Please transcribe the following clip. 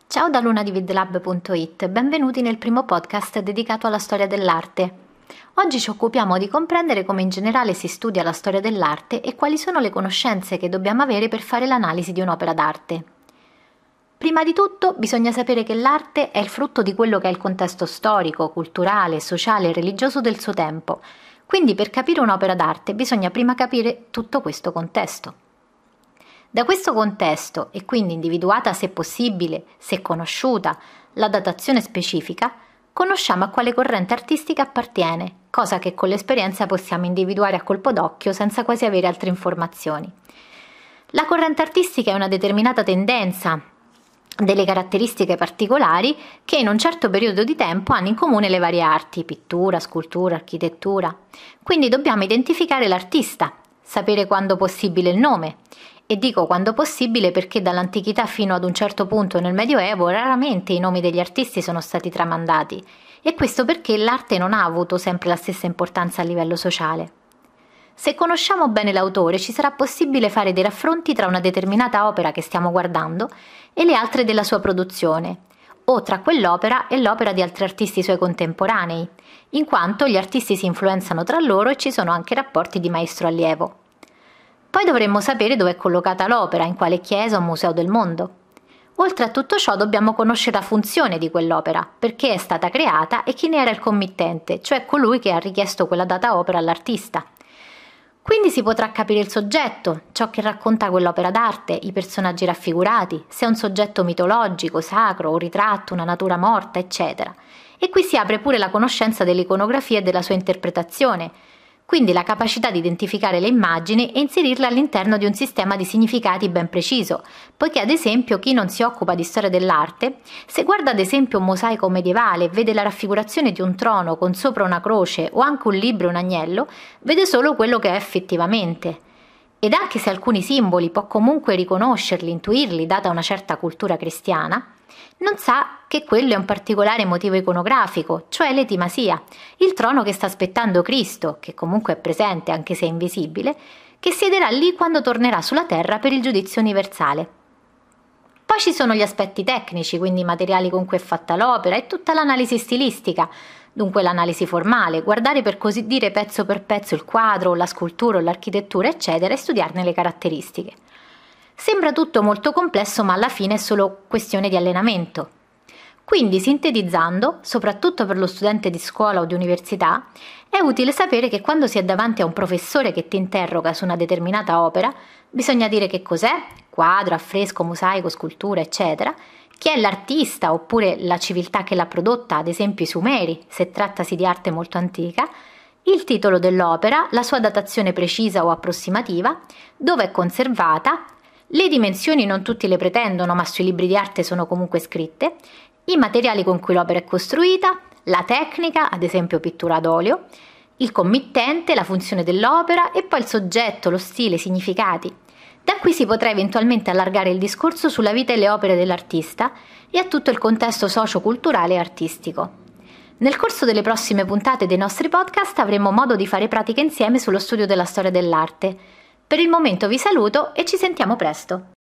Ciao da lunadividlab.it, benvenuti nel primo podcast dedicato alla storia dell'arte. Oggi ci occupiamo di comprendere come in generale si studia la storia dell'arte e quali sono le conoscenze che dobbiamo avere per fare l'analisi di un'opera d'arte. Prima di tutto bisogna sapere che l'arte è il frutto di quello che è il contesto storico, culturale, sociale e religioso del suo tempo. Quindi per capire un'opera d'arte bisogna prima capire tutto questo contesto. Da questo contesto, e quindi individuata se possibile, se conosciuta, la datazione specifica, conosciamo a quale corrente artistica appartiene, cosa che con l'esperienza possiamo individuare a colpo d'occhio senza quasi avere altre informazioni. La corrente artistica è una determinata tendenza, delle caratteristiche particolari che in un certo periodo di tempo hanno in comune le varie arti, pittura, scultura, architettura. Quindi dobbiamo identificare l'artista, sapere quando possibile il nome. E dico quando possibile perché dall'antichità fino ad un certo punto nel Medioevo raramente i nomi degli artisti sono stati tramandati, e questo perché l'arte non ha avuto sempre la stessa importanza a livello sociale. Se conosciamo bene l'autore ci sarà possibile fare dei raffronti tra una determinata opera che stiamo guardando e le altre della sua produzione, o tra quell'opera e l'opera di altri artisti suoi contemporanei, in quanto gli artisti si influenzano tra loro e ci sono anche rapporti di maestro-allievo. Poi dovremmo sapere dove è collocata l'opera, in quale chiesa o museo del mondo. Oltre a tutto ciò dobbiamo conoscere la funzione di quell'opera, perché è stata creata e chi ne era il committente, cioè colui che ha richiesto quella data opera all'artista. Quindi si potrà capire il soggetto, ciò che racconta quell'opera d'arte, i personaggi raffigurati, se è un soggetto mitologico, sacro, un ritratto, una natura morta, eccetera. E qui si apre pure la conoscenza dell'iconografia e della sua interpretazione, quindi la capacità di identificare le immagini e inserirle all'interno di un sistema di significati ben preciso, poiché ad esempio chi non si occupa di storia dell'arte, se guarda ad esempio un mosaico medievale e vede la raffigurazione di un trono con sopra una croce o anche un libro e un agnello, vede solo quello che è effettivamente. Ed anche se alcuni simboli può comunque riconoscerli, intuirli, data una certa cultura cristiana, non sa che quello è un particolare motivo iconografico, cioè l'etimasia, il trono che sta aspettando Cristo, che comunque è presente anche se è invisibile, che siederà lì quando tornerà sulla terra per il giudizio universale. Poi ci sono gli aspetti tecnici, quindi i materiali con cui è fatta l'opera e tutta l'analisi stilistica, dunque l'analisi formale, guardare per così dire pezzo per pezzo il quadro, la scultura o l'architettura, eccetera, e studiarne le caratteristiche. Sembra tutto molto complesso, ma alla fine è solo questione di allenamento. Quindi, sintetizzando, soprattutto per lo studente di scuola o di università, è utile sapere che quando si è davanti a un professore che ti interroga su una determinata opera, bisogna dire che cos'è, quadro, affresco, mosaico, scultura, eccetera, chi è l'artista oppure la civiltà che l'ha prodotta, ad esempio i Sumeri, se trattasi di arte molto antica, il titolo dell'opera, la sua datazione precisa o approssimativa, dove è conservata, le dimensioni non tutti le pretendono, ma sui libri di arte sono comunque scritte, i materiali con cui l'opera è costruita, la tecnica, ad esempio pittura ad olio, il committente, la funzione dell'opera e poi il soggetto, lo stile, i significati. Da qui si potrà eventualmente allargare il discorso sulla vita e le opere dell'artista e a tutto il contesto socio-culturale e artistico. Nel corso delle prossime puntate dei nostri podcast avremo modo di fare pratiche insieme sullo studio della storia dell'arte. Per il momento vi saluto e ci sentiamo presto.